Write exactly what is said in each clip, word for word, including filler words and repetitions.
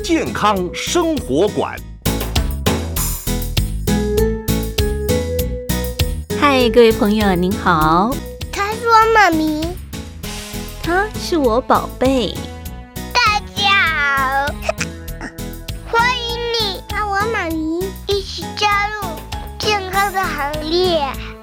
健康生活馆。 嗨，各位朋友您好。 他是我妈咪， 他是我宝贝。 大家好，欢迎你和我妈咪一起加入健康的行列。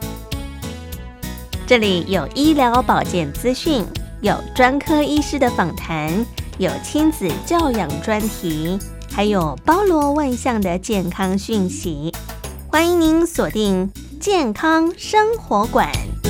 这里有医疗保健资讯，有专科医师的访谈，有亲子教养专题，还有包罗万象的健康讯息。欢迎您锁定健康生活馆。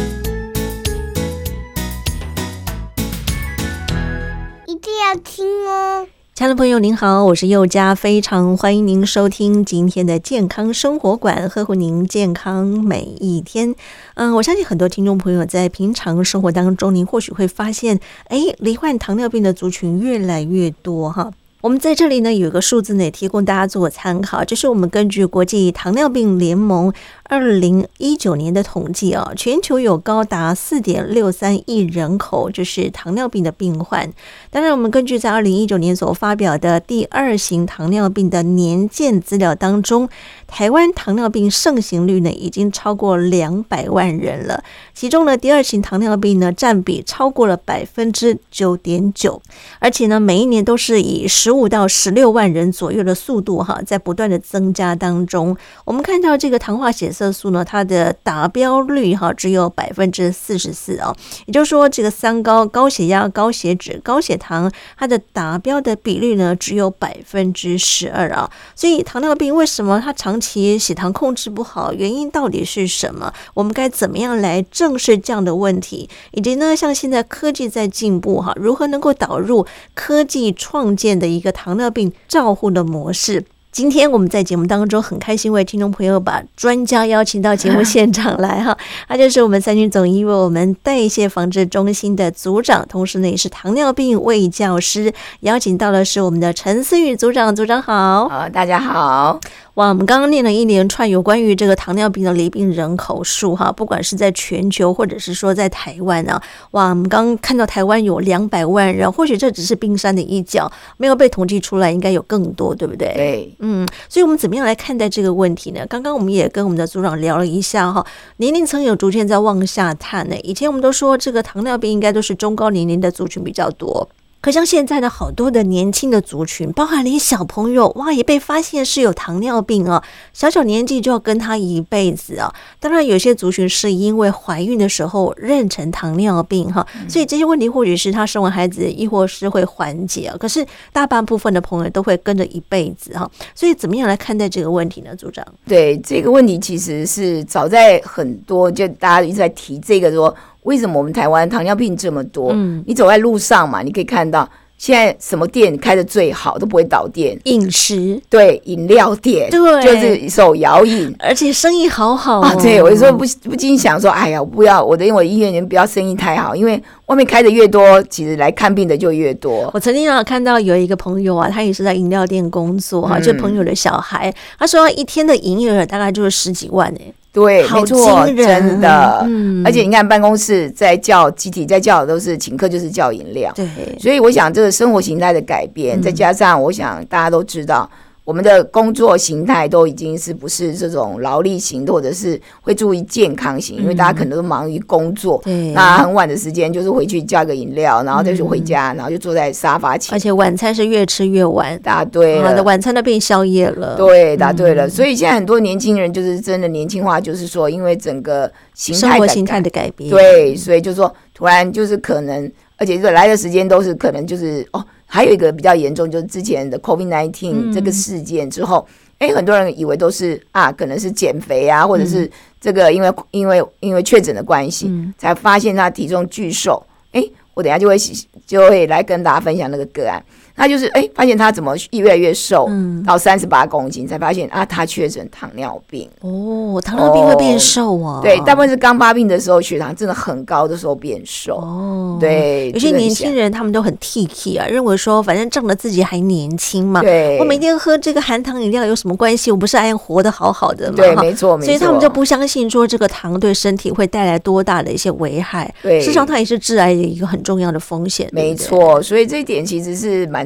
一定要听哦。 亲爱的朋友您好，我是佑佳，非常欢迎您收听今天的健康生活馆，呵护您健康每一天。嗯，我相信很多听众朋友在平常生活当中，您或许会发现，哎，罹患糖尿病的族群越来越多哈。我们在这里呢有一个数字呢也提供大家做参考，这是我们根据国际糖尿病联盟二零一九年的统计啊，全球有高达 四点六三亿人口就是糖尿病的病患。当然我们根据在二零一九年所发表的第二型糖尿病的年鉴资料当中，台湾糖尿病盛行率呢已经超过两百万人了，其中呢第二型糖尿病呢占比超过了 百分之九点九， 而且呢每一年都是以十五到十六万人左右的速度哈，在不断的增加当中。我们看到这个糖化血色素呢，它的达标率哈只有 百分之四十四 哦，也就是说这个三高高血压、高血脂、高血糖，它的达标的比率呢只有 百分之十二 啊。所以糖尿病为什么它长期血糖控制不好，原因到底是什么？我们该怎么样来正视这样的问题？以及呢，像现在科技在进步哈，如何能够导入科技创建的一个糖尿病照护的模式？今天我们在节目当中很开心为听众朋友把专家邀请到节目现场来哈，他就是我们三军总医院我们代谢防治中心的组长，同时呢也是糖尿病卫教师，邀请到的是我们的陈思雨组长。组长好。 好，大家好。 哇，我们刚刚念了一连串有关于这个糖尿病的罹病人口数哈，不管是在全球或者是说在台湾啊，哇，我们刚刚看到台湾有两百万人，或许这只是冰山的一角，没有被统计出来，应该有更多，对不对？ 对， 嗯，所以我们怎么样来看待这个问题呢？刚刚我们也跟我们的组长聊了一下哈，年龄层有逐渐在往下探呢。以前我们都说这个糖尿病应该都是中高年龄的族群比较多。可像现在的好多的年轻的族群，包含连小朋友，哇，也被发现是有糖尿病啊，小小年纪就要跟他一辈子啊。当然有些族群是因为怀孕的时候妊娠糖尿病哈，所以这些问题或许是他生完孩子亦或是会缓解啊，可是大半部分的朋友都会跟着一辈子哈。所以怎么样来看待这个问题呢，组长？ 对，这个问题其实是早在很多就大家一直在提这个说，为什么我们台湾糖尿病这么多？嗯，你走在路上嘛，你可以看到现在什么店开的最好都不会倒店， 饮食， 对，饮料店， 对， 就是手摇饮， 而且生意好好哦。 啊，对，我有时候不不禁想说，哎呀，我不要我的，因为我的医院人不要生意太好，因为外面开的越多，其实来看病的就越多。 我曾经啊看到有一个朋友啊，他也是在饮料店工作哈，嗯，就朋友的小孩，他说一天的营业额大概就是十几万哎。 对， 好没错， 惊人， 真的， 嗯， 而且你看办公室在叫集体在叫的都是请客就是叫饮料， 对， 所以我想这个生活形态的改变，嗯，再加上我想大家都知道我们的工作形态都已经是不是这种劳力型的，或者是会注意健康型，因为大家可能都忙于工作，嗯，那很晚的时间就是回去叫个饮料，然后再去回家，嗯，然后就坐在沙发前， 而且晚餐是越吃越晚， 答对了， 啊，晚餐都变宵夜了， 对，答对了，嗯，所以现在很多年轻人就是真的年轻化，就是说因为整个形态生活形态的改变， 对，所以就说突然就是可能，而且来的时间都是可能就是哦。还有一个比较严重，就是之前的 COVID 十九 这个事件之后，哎，嗯，很多人以为都是啊，可能是减肥啊，或者是这个因为因为因为确诊的关系，嗯，才发现他体重巨瘦。哎，我等一下就会就会来跟大家分享那个个案。他就是哎，发现他怎么越来越瘦，嗯，到三十八公斤，才发现啊，他确诊糖尿病。 哦，糖尿病会变瘦哦。 对，大部分是刚发病的时候，血糖真的很高的时候变瘦。哦，对， 有些年轻人他们都很 T K 啊，认为说反正仗着自己还年轻嘛， 对， 我每天喝这个含糖饮料有什么关系？我不是还活得好好的嘛？ 对，没错，没错。 所以他们就不相信说这个糖对身体会带来多大的一些危害。 对， 事实上它也是致癌的一个很重要的风险。 没错，所以这一点其实是蛮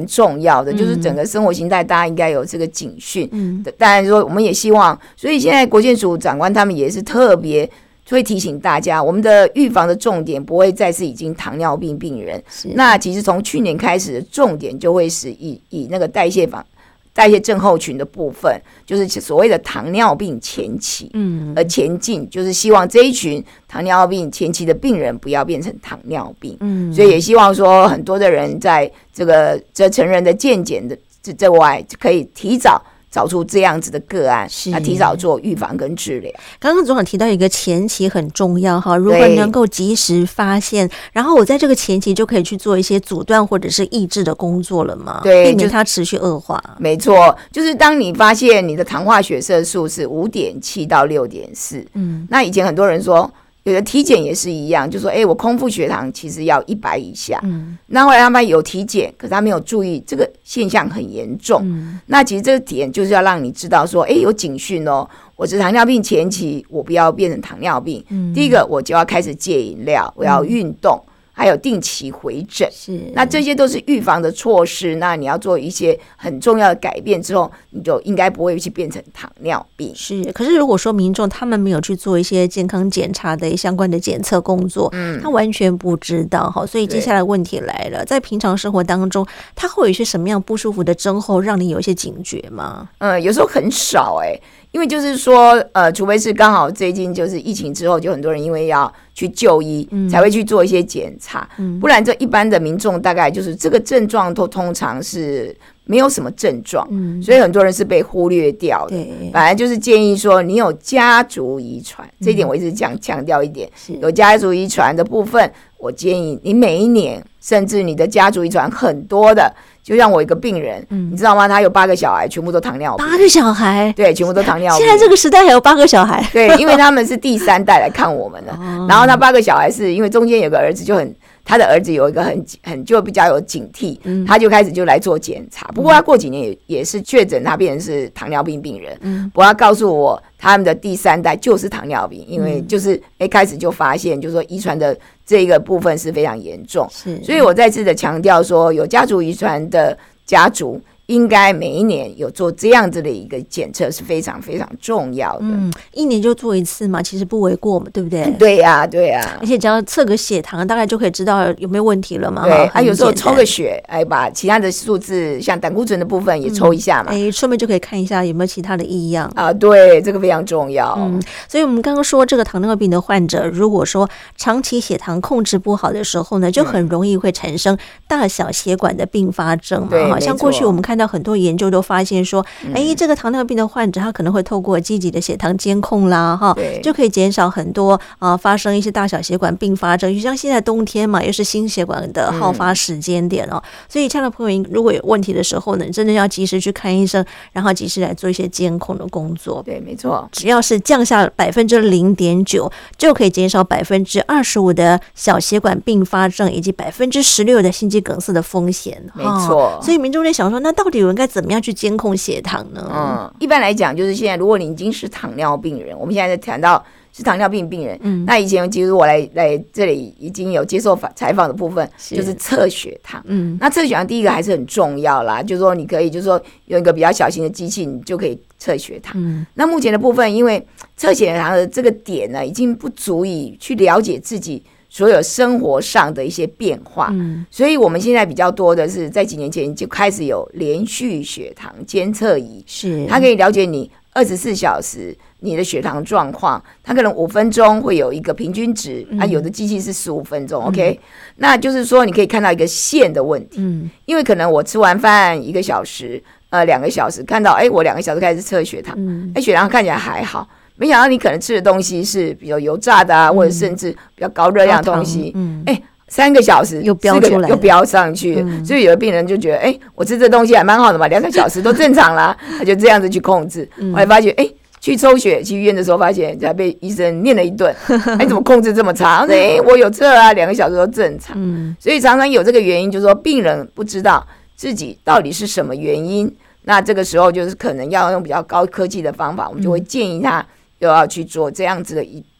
蛮重要的， 嗯、 就是整个生活形态大家应该有这个警讯。嗯，当然说我们也希望，所以现在国健署长官他们也是特别会提醒大家，我们的预防的重点不会再是已经糖尿病病人。那其实从去年开始的重点就会是以以那个代谢防。代谢症候群的部分，就是所谓的糖尿病前期，嗯，而前进就是希望这一群糖尿病前期的病人不要变成糖尿病，嗯，所以也希望说很多的人在这个这成人的健检的这这外，可以提早找出这样子的个案，那提早做预防跟治疗。 刚刚总长提到一个前期很重要哈，如果能够及时发现，然后我在这个前期就可以去做一些阻断或者是抑制的工作了嘛， 对， 避免它持续恶化。 没错，就是当你发现你的糖化血色素是五点七到六点四，嗯，那以前很多人说。有的体检也是一样，就说哎、欸，我空腹血糖其实要一百以下。嗯，那后来他们有体检，可是他没有注意这个现象很严重。嗯，那其实这个点就是要让你知道说，哎、欸，有警讯哦，我是糖尿病前期，我不要变成糖尿病。嗯，第一个我就要开始戒饮料，我要运动。嗯，还有定期回诊，是那这些都是预防的措施。那你要做一些很重要的改变之后，你就应该不会去变成糖尿病。 是，可是如果说民众他们没有去做一些健康检查的相关的检测工作，嗯，他完全不知道哈。所以接下来问题来了，在平常生活当中，他会有一些什么样不舒服的征候，让你有一些警觉吗？ 嗯，有时候很少哎、欸。因为就是说，呃，除非是刚好最近就是疫情之后，就很多人因为要去就医，嗯、才会去做一些检查，嗯、不然这一般的民众大概就是这个症状都通常是没有什么症状，嗯、所以很多人是被忽略掉的。反而就是建议说，你有家族遗传，嗯、这一点我一直讲强调一点，有家族遗传的部分，我建议你每一年，甚至你的家族遗传很多的。就像我一个病人，嗯、你知道吗？他有八个小孩，全部都糖尿病。 八个小孩， 对，全部都糖尿病。 现在这个时代还有八个小孩， 对，因为他们是第三代来看我们的。哦、然后他八个小孩是因为中间有个儿子就很，他的儿子有一个很很就比较有警惕，嗯、他就开始就来做检查。不过他过几年也也是确诊他变成是糖尿病病人。嗯、不过他告诉我，他们的第三代就是糖尿病，因为就是一开始就发现，就是说遗传的。这个部分是非常严重，所以我再次的强调说，有家族遗传的家族应该每一年有做这样子的一个检测是非常非常重要的。 嗯，一年就做一次嘛，其实不为过嘛，对不对？ 对呀、啊，对呀、啊。 而且只要测个血糖，大概就可以知道有没有问题了嘛。 对，啊，有时候抽个血，哎，把其他的数字，像胆固醇的部分也抽一下嘛。 哎、嗯，顺便就可以看一下有没有其他的异样啊。对，这个非常重要。 嗯，所以我们刚刚说这个糖尿病的患者，如果说长期血糖控制不好的时候呢，就很容易会产生大小血管的并发症嘛。 对， 像过去我们看到很多研究都发现说，哎、嗯，这个糖尿病的患者他可能会透过积极的血糖监控啦，哈，就可以减少很多啊、呃、发生一些大小血管并发症。就像现在冬天嘛，又是心血管的好发时间点哦，嗯、所以这样的朋友如果有问题的时候呢，真的要及时去看医生，然后及时来做一些监控的工作。 对，没错， 只要是降下百分之零点九，就可以减少百分之二十五的小血管并发症，以及百分之十六的心肌梗塞的风险。 没错， 哦、所以民众在想说，那到底我应该怎么样去监控血糖呢？ 嗯，一般来讲，就是现在如果你已经是糖尿病人，我们现在在谈到是糖尿病病人，嗯，那以前其实我来来这里已经有接受采访的部分，是就是测血糖，嗯，那测血糖第一个还是很重要啦，就是说你可以就是说用一个比较小型的机器，你就可以测血糖。嗯，那目前的部分，因为测血糖的这个点呢，已经不足以去了解自己所有生活上的一些变化，嗯，所以我们现在比较多的是在几年前就开始有连续血糖监测仪，是它可以了解你二十四小时你的血糖状况，它可能五分钟会有一个平均值，嗯、啊，有的机器是十五分钟、嗯、，OK， 那就是说你可以看到一个线的问题，嗯，因为可能我吃完饭一个小时，呃，两个小时看到，哎，我两个小时开始测血糖，嗯，哎，血糖看起来还好。没想到你可能吃的东西是比较油炸的啊，嗯、或者甚至比较高热量的东西，嗯，哎，三个小时又飙出来， 又飙上去，嗯、所以有的病人就觉得，哎，我吃这东西还蛮好的嘛，两个小时都正常啦，他就这样子去控制，嗯、后来发觉，哎，去抽血去医院的时候，发现才被医生念了一顿，哎，怎么控制这么差？哎，我有测啊，两个小时都正常，嗯，所以常常有这个原因，就是说病人不知道自己到底是什么原因，那这个时候就是可能要用比较高科技的方法，我们就会建议他。又要去做这样子的一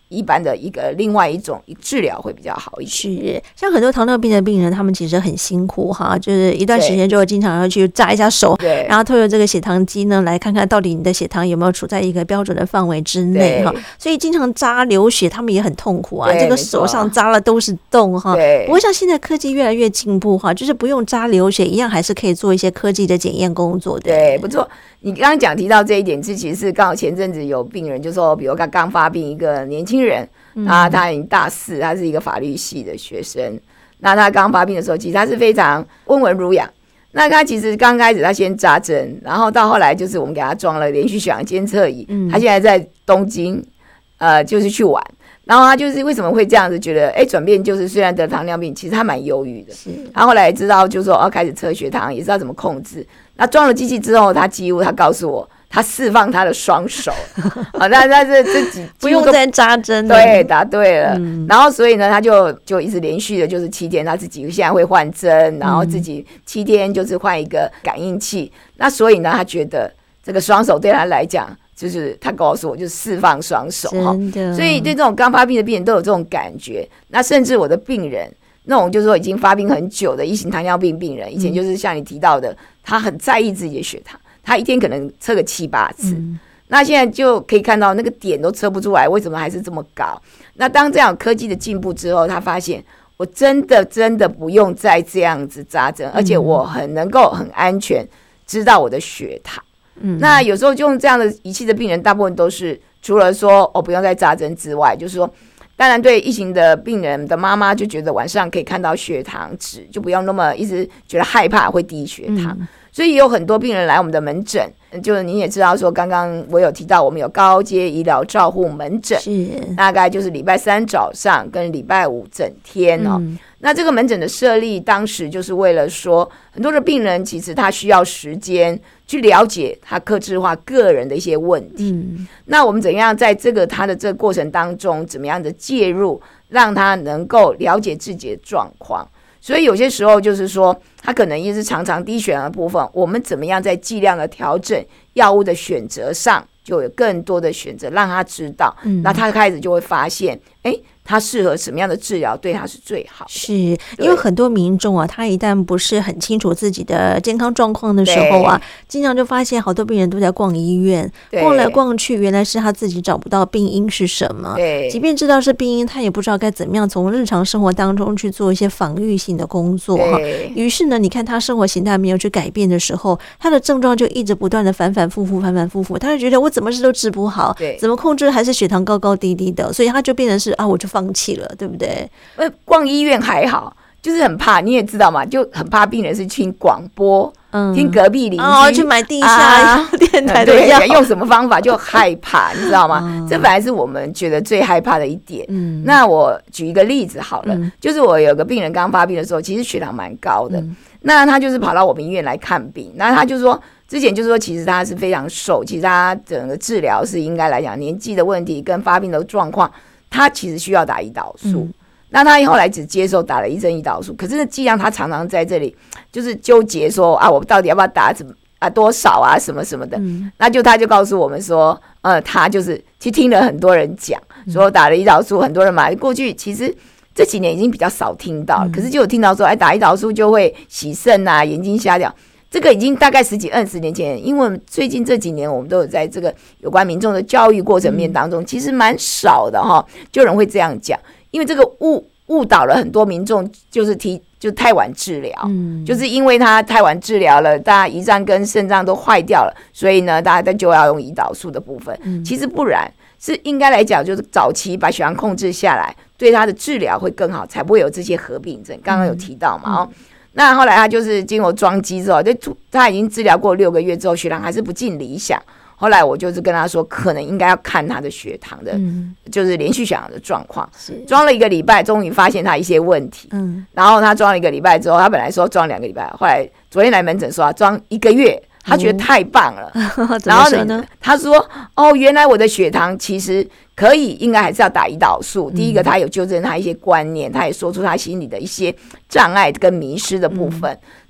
一般的一个另外一种治疗会比较好一些。 是，像很多糖尿病的病人，他们其实很辛苦哈，就是一段时间就会经常要去扎一下手， 对， 然后透过这个血糖机呢，来看看到底你的血糖有没有处在一个标准的范围之内哈。所以经常扎流血，他们也很痛苦啊，这个手上扎了都是洞哈。不过像现在科技越来越进步哈，就是不用扎流血，一样还是可以做一些科技的检验工作的。 对，不错。你刚刚讲提到这一点，这其实是刚好前阵子有病人就说，比如他刚发病一个年轻人，那他已经大四，他是一个法律系的学生，那他刚发病的时候，其实他是非常温文儒雅。那他其实刚开始他先扎针，然后到后来就是我们给他装了连续血氧监测仪，嗯、他现在在东京，呃，就是去玩。然后他就是为什么会这样子觉得，哎，转变就是虽然得糖尿病，其实他蛮忧郁的。他后来知道就是说，哦，开始测血糖，也知道怎么控制。那装了机器之后，他几乎他告诉我，他释放他的双手，好，那那这这几不用再扎针了。 对，答对了。嗯、然后所以呢，他就就一直连续的，就是七天，他自己现在会换针，然后自己七天就是换一个感应器。嗯、那所以呢，他觉得这个双手对他来讲。就是他告诉我，就是释放双手哈，所以对这种刚发病的病人都有这种感觉。那甚至我的病人，那种就是说已经发病很久的一型糖尿病病人，以前就是像你提到的，他很在意自己的血糖，他一天可能测个七八次，嗯、那现在就可以看到那个点都测不出来，为什么还是这么高？那当这样科技的进步之后，他发现我真的真的不用再这样子扎针，而且我很能够很安全知道我的血糖。嗯、那有时候就用这样的仪器的病人，大部分都是除了说哦不用再扎针之外，就是说，当然对一型的病人的妈妈就觉得晚上可以看到血糖值，就不用那么一直觉得害怕会低血糖。嗯、所以有很多病人来我们的门诊，就是你也知道说，刚刚我有提到我们有高阶医疗照护门诊，大概就是礼拜三早上跟礼拜五整天哦。嗯、那这个门诊的设立，当时就是为了说，很多的病人其实他需要时间去了解他客制化个人的一些问题。嗯、那我们怎样在这个他的这个过程当中，怎么样的介入，让他能够了解自己的状况？所以有些时候就是说，他可能也是常常低血糖的部分，我们怎么样在剂量的调整、药物的选择上，就有更多的选择，让他知道。嗯、那他开始就会发现，哎。他适合什么样的治疗对他是最好的？是因为很多民众啊，他一旦不是很清楚自己的健康状况的时候啊，经常就发现好多病人都在逛医院，逛来逛去，原来是他自己找不到病因是什么。对，即便知道是病因，他也不知道该怎么样从日常生活当中去做一些防御性的工作哈。于是呢，你看他生活形态没有去改变的时候，他的症状就一直不断的反反复复、反反复复，他就觉得我怎么治都治不好，怎么控制还是血糖高高低低的，所以他就变成是啊，我就放弃了，对不对？ 呃，逛医院还好，就是很怕，你也知道嘛，就很怕病人是听广播，嗯、听隔壁邻居哦，去买地下、啊、电台的药， 用什么方法就害怕，你知道吗？嗯、这本来是我们觉得最害怕的一点。嗯，那我举一个例子好了，嗯、就是我有个病人刚发病的时候，其实血糖蛮高的，嗯、那他就是跑到我们医院来看病，那他就说。之前就是说，其实他是非常瘦，其实他整个治疗是应该来讲年纪的问题跟发病的状况，他其实需要打胰岛素。嗯、那他后来只接受打了一针胰岛素，可是剂量他常常在这里就是纠结说啊，我到底要不要打怎么啊多少啊什么什么的。嗯、那就他就告诉我们说，呃，他就是去听了很多人讲，说打了胰岛素，很多人买过去其实。这几年已经比较少听到了，嗯、可是就有听到说，哎，打胰岛素就会洗肾啊，眼睛瞎掉。这个已经大概十几二十年前，因为最近这几年我们都有在这个有关民众的教育过程面当中，嗯、其实蛮少的哈，就有人会这样讲，因为这个误误导了很多民众，就是提就太晚治疗，嗯、就是因为他太晚治疗了，大家胰脏跟肾脏都坏掉了，所以呢，大家就要用胰岛素的部分。嗯、其实不然，是应该来讲，就是早期把血糖控制下来，对他的治疗会更好，才不会有这些合并症。刚刚有提到嘛，哦。嗯那后来他就是经过装机之后，就他已经治疗过六个月之后，血糖还是不尽理想。后来我就是跟他说，可能应该要看他的血糖的，嗯、就是连续血糖的状况。装了一个礼拜，终于发现他一些问题。嗯、然后他装了一个礼拜之后，他本来说装两个礼拜，后来昨天来门诊说装一个月。他觉得太棒了， 嗯、 然后呢，他说：“哦，原来我的血糖其实可以，应该还是要打胰岛素。嗯、第一个，他有纠正他一些观念，他也说出他心里的一些障碍跟迷失的部分。嗯、那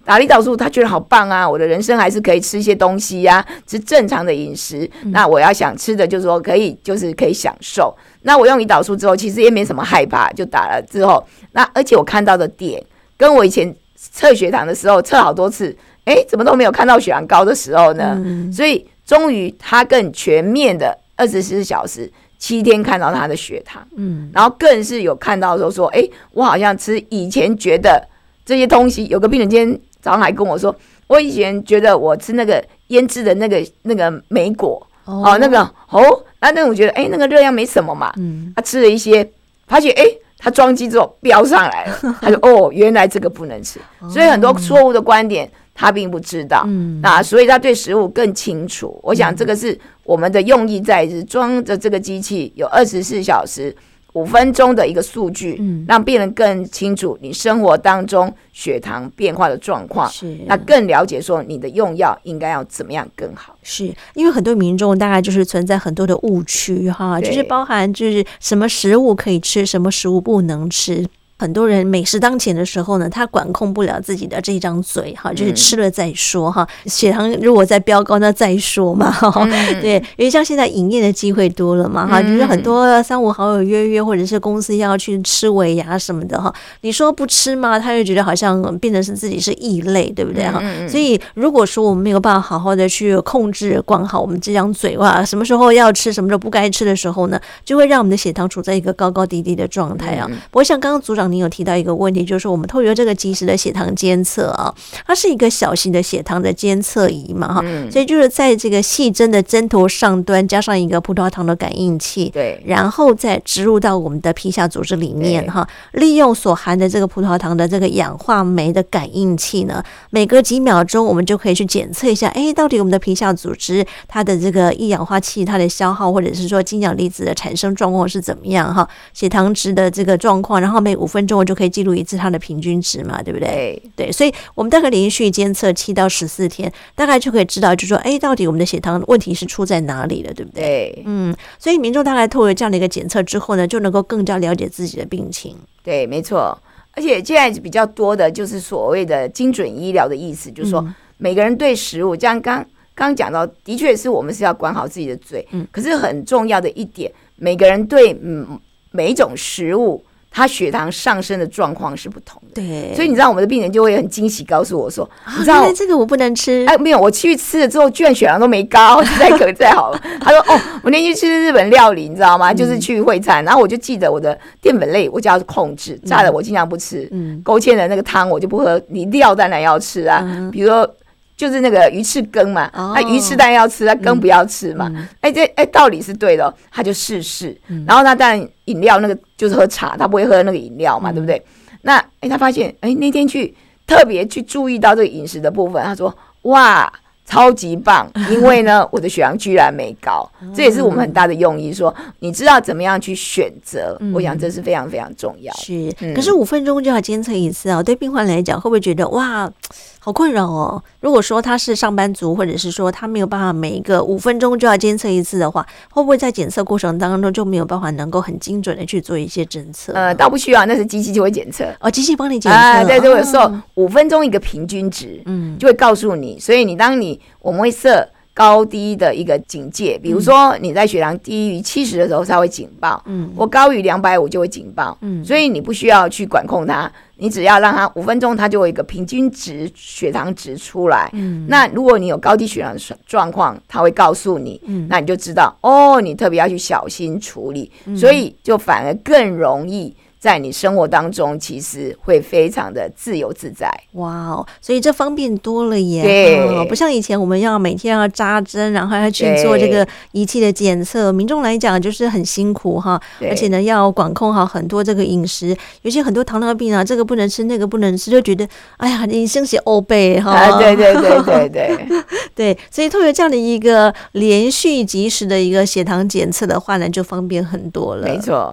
打胰岛素，他觉得好棒啊，我的人生还是可以吃一些东西呀、啊，吃正常的饮食。嗯、那我要想吃的，就是说可以，就是可以享受。那我用胰岛素之后，其实也没什么害怕，就打了之后，那而且我看到的点，跟我以前测血糖的时候测好多次，哎，怎么都没有看到血糖高的时候呢？嗯、所以终于他更全面的二十四小时。七天看到他的血糖，嗯，然后更是有看到说说，哎，我好像吃以前觉得这些东西，有个病人今天早上还跟我说，我以前觉得我吃那个腌制的那个那个莓果，哦，哦那个哦，那那我觉得哎，那个热量没什么嘛，嗯，他吃了一些，发现哎，他装机之后飙上来了，他说哦，原来这个不能吃，所以很多错误的观点。他并不知道，嗯，那所以他对食物更清楚。我想这个是我们的用意在，是装着这个机器有二十四小时五分钟的一个数据，嗯，让病人更清楚你生活当中血糖变化的状况，是那更了解说你的用药应该要怎么样更好。 是因为很多民众大概就是存在很多的误区哈，就是包含就是什么食物可以吃，什么食物不能吃。很多人美食当前的时候呢，他管控不了自己的这张嘴哈，就是吃了再说哈。血糖如果再飙高，那再说嘛。嗯、对，因为像现在营业的机会多了嘛哈，嗯、就是很多三五好友约约，或者是公司要去吃尾牙什么的哈。你说不吃嘛，他就觉得好像变成是自己是异类，对不对哈？嗯、所以如果说我们没有办法好好的去控制管好我们这张嘴哇，什么时候要吃，什么时候不该吃的时候呢，就会让我们的血糖处在一个高高低低的状态啊。嗯、不过像刚刚组长。你有提到一个问题，就是我们透过这个即时的血糖监测啊，它是一个小型的血糖的监测仪嘛，哈、嗯，所以就是在这个细针的针头上端加上一个葡萄糖的感应器， 对， 然后再植入到我们的皮下组织里面哈，利用所含的这个葡萄糖的这个氧化酶的感应器呢，每隔几秒钟我们就可以去检测一下，哎，到底我们的皮下组织它的这个一氧化气它的消耗，或者是说金氧离子的产生状况是怎么样哈，血糖值的这个状况，然后每五分钟我就可以记录一次它的平均值嘛，对不对？对，所以我们大概连续监测七到十四天，大概就可以知道，就说，哎，到底我们的血糖问题是出在哪里了，对不对？ 对， 嗯，所以民众大概透过这样的一个检测之后呢，就能够更加了解自己的病情。 对，没错。而且现在比较多的就是所谓的精准医疗的意思，就是说每个人对食物，像刚刚讲到，的确是我们是要管好自己的嘴，嗯，可是很重要的一点，每个人对嗯每一种食物。他血糖上升的状况是不同的， 对， 所以你知道我们的病人就会很惊喜告诉我说， 啊、 你知道这个我不能吃， 哎，没有，我去吃了之后，居然血糖都没高，再可再好了。他说，哦，我那天去吃日本料理，你知道吗？嗯、就是去会餐，然后我就记得我的淀粉类我就要控制，炸的我尽量不吃，嗯，勾芡的那个汤我就不喝，你料当然要吃啊，嗯、比如说。就是那个鱼翅羹嘛，那、哦啊、鱼翅当然要吃，那羹不要吃嘛。哎、嗯，这哎道理是对的、哦，他就试试。嗯、然后他当然饮料那个就是喝茶，他不会喝那个饮料嘛，嗯、对不对？那哎，他发现哎那天去特别去注意到这个饮食的部分，他说哇超级棒，因为呢我的血糖居然没高，这也是我们很大的用意。说你知道怎么样去选择，嗯、我想这是非常非常重要。 是，嗯、可是五分钟就要监测一次啊，对病患来讲会不会觉得哇？好困扰哦！如果说他是上班族，或者是说他没有办法每一个五分钟就要监测一次的话，会不会在检测过程当中就没有办法能够很精准的去做一些侦测？ 呃，倒不需要，那是机器就会检测。 哦，机器帮你检测。 啊，对，有时候五分钟一个平均值，嗯，就会告诉你。所以你当你我们会设高低的一个警戒，比如说你在血糖低于七十的时候，它会警报，嗯，或高于两百五就会警报，嗯，所以你不需要去管控它。你只要让它五分钟，它就有一个平均值血糖值出来。嗯，那如果你有高低血糖状况，它会告诉你，嗯，那你就知道哦，你特别要去小心处理，嗯、所以就反而更容易。在你生活当中，其实会非常的自由自在。 哇哦，所以这方便多了耶！ 对、 哦，不像以前我们要每天要扎针，然后要去做这个仪器的检测，民众来讲就是很辛苦哈。而且呢，要管控好很多这个饮食，尤其很多糖尿病啊，这个不能吃，那个不能吃，就觉得哎呀，你生起欧背哈。 啊，对对对对对对，所以透过这样的一个连续及时的一个血糖检测的话呢，就方便很多了。 没错。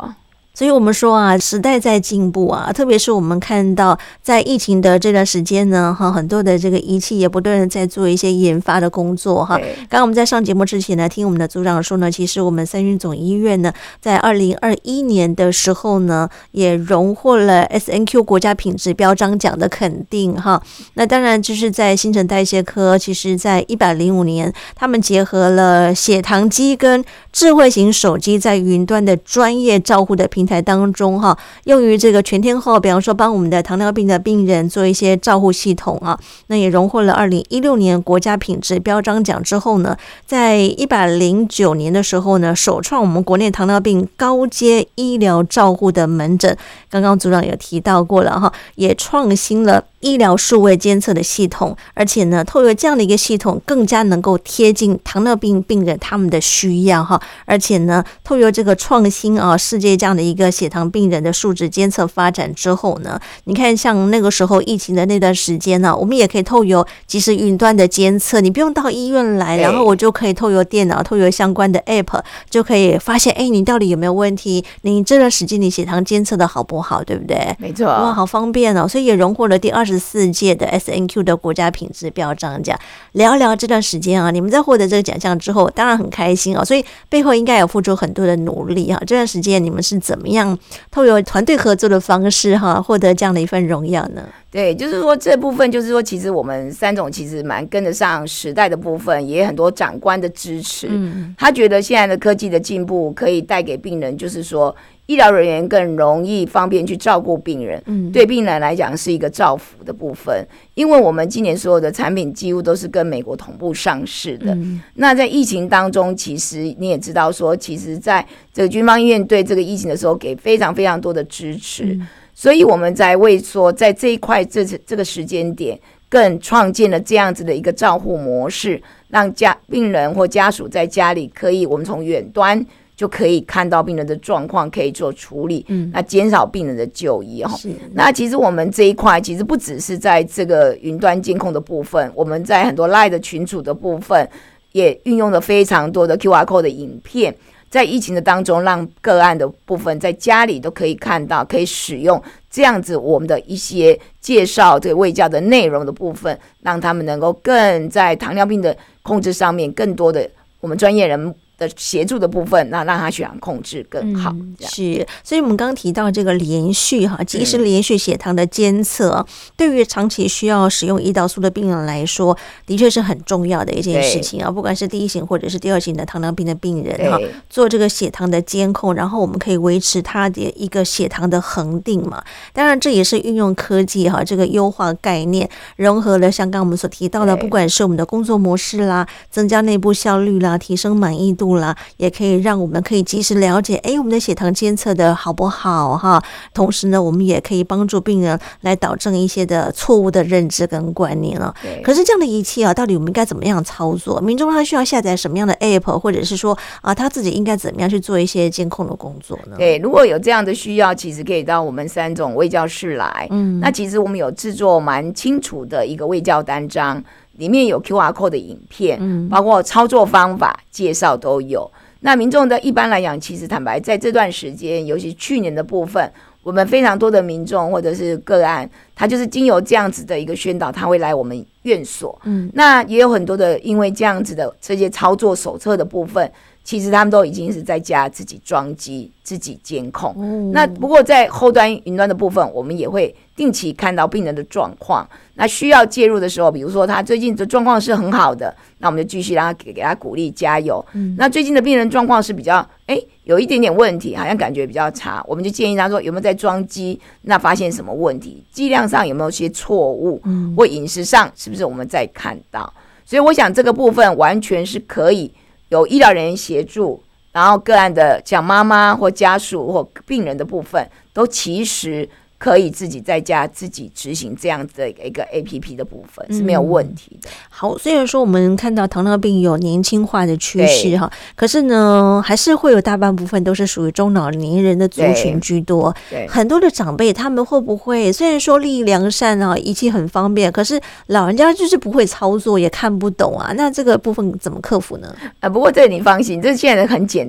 所以我们说啊，时代在进步啊，特别是我们看到在疫情的这段时间呢，哈，很多的这个仪器也不断的在做一些研发的工作哈。刚刚我们在上节目之前呢，听我们的组长说呢，其实我们三军总医院呢，在二零二一年的时候呢，也荣获了 S N Q 国家品质标章奖的肯定哈。那当然就是在新陈代谢科，其实在一百零五年，他们结合了血糖机跟智慧型手机在云端的专业照护的平台当中哈，用于这个全天候，比方说帮我们的糖尿病的病人做一些照护系统啊，那也荣获了二零一六年国家品质标章奖之后呢，在一百零九年的时候呢，首创我们国内糖尿病高阶医疗照护的门诊，刚刚组长有提到过了哈，也创新了医疗数位监测的系统，而且呢，透过这样的一个系统，更加能够贴近糖尿病病人他们的需要哈，而且呢，透过这个创新啊，世界这样的一个血糖病人的数值监测发展之后呢，你看像那个时候疫情的那段时间呢、啊，我们也可以透过即时云端的监测，你不用到医院来，然后我就可以透过电脑，透过相关的 app 就可以发现，哎，你到底有没有问题？你这段时间你血糖监测的好不好，对不对？ 没错， 哇，好方便哦，所以也荣获了第二十四届的 S N Q 的国家品质标章奖。聊一聊这段时间啊，你们在获得这个奖项之后，当然很开心哦，所以背后应该有付出很多的努力啊。这段时间你们是怎么样透过团队合作的方式哈，获得这样的一份荣耀呢？ 对，就是说这部分就是说，其实我们三总其实蛮跟得上时代的部分，也很多长官的支持。嗯，他觉得现在的科技的进步可以带给病人，就是说医疗人员更容易方便去照顾病人，嗯，对病人来讲是一个造福的部分。因为我们今年所有的产品几乎都是跟美国同步上市的。嗯，那在疫情当中，其实你也知道说，其实在这个军方医院对这个疫情的时候，给非常非常多的支持。嗯，所以我们在为说在这一块这这个时间点，更创建了这样子的一个照护模式，让家病人或家属在家里可以，我们从远端就可以看到病人的状况，可以做处理，嗯，那减少病人的就医哈。那其实我们这一块其实不只是在这个云端监控的部分，我们在很多 LINE 的群组的部分，也运用了非常多的 Q R code 的影片。在疫情的当中，让个案的部分在家里都可以看到，可以使用这样子我们的一些介绍这个卫教的内容的部分，让他们能够更在糖尿病的控制上面更多的我们专业人的协助的部分，那让他血糖控制更好。嗯， 是，所以我们刚刚提到这个连续哈，即时连续血糖的监测，嗯，对于长期需要使用胰岛素的病人来说，的确是很重要的一件事情啊。不管是第一型或者是第二型的糖尿病的病人哈，做这个血糖的监控，然后我们可以维持他的一个血糖的恒定嘛。当然，这也是运用科技哈，这个优化概念，融合了像刚刚我们所提到的，不管是我们的工作模式啦，增加内部效率啦，提升满意度啦，也可以让我们可以及时了解，哎，我们的血糖监测的好不好哈？同时呢，我们也可以帮助病人来导正一些的错误的认知跟观念了。可是这样的仪器啊，到底我们应该怎么样操作？民众他需要下载什么样的 app， 或者是说啊，他自己应该怎么样去做一些监控的工作呢？ 对，如果有这样的需要，其实可以到我们三种卫教室来。嗯，那其实我们有制作蛮清楚的一个卫教单张。里面有 Q R code 的影片，嗯，包括操作方法介绍都有。那民众的一般来讲，其实坦白在这段时间，尤其去年的部分，我们非常多的民众或者是个案，他就是经由这样子的一个宣导，他会来我们院所。嗯，那也有很多的因为这样子的这些操作手册的部分，其实他们都已经是在家自己装机、自己监控。哦，那不过在后端云端的部分，我们也会定期看到病人的状况。那需要介入的时候，比如说他最近的状况是很好的，那我们就继续让他给给他鼓励加油。嗯，那最近的病人状况是比较哎有一点点问题，好像感觉比较差，我们就建议他说有没有在装机，那发现什么问题，剂量上有没有些错误，嗯，或饮食上是不是我们在看到。所以我想这个部分完全是可以有医疗人员协助，然后个案的像妈妈或家属或病人的部分，都其实可以自己在家自己执行这样子的一个 A P P 的部分是没有问题的。嗯， 好，虽然说我们看到糖尿病有年轻化的趋势哈，可是呢，还是会有大半部分都是属于中老年人的族群居多。对，很多的长辈他们会不会虽然说利益良善啊，仪器很方便，可是老人家就是不会操作，也看不懂啊，那这个部分怎么克服呢？ 啊，不过这你放心，这现在很简单。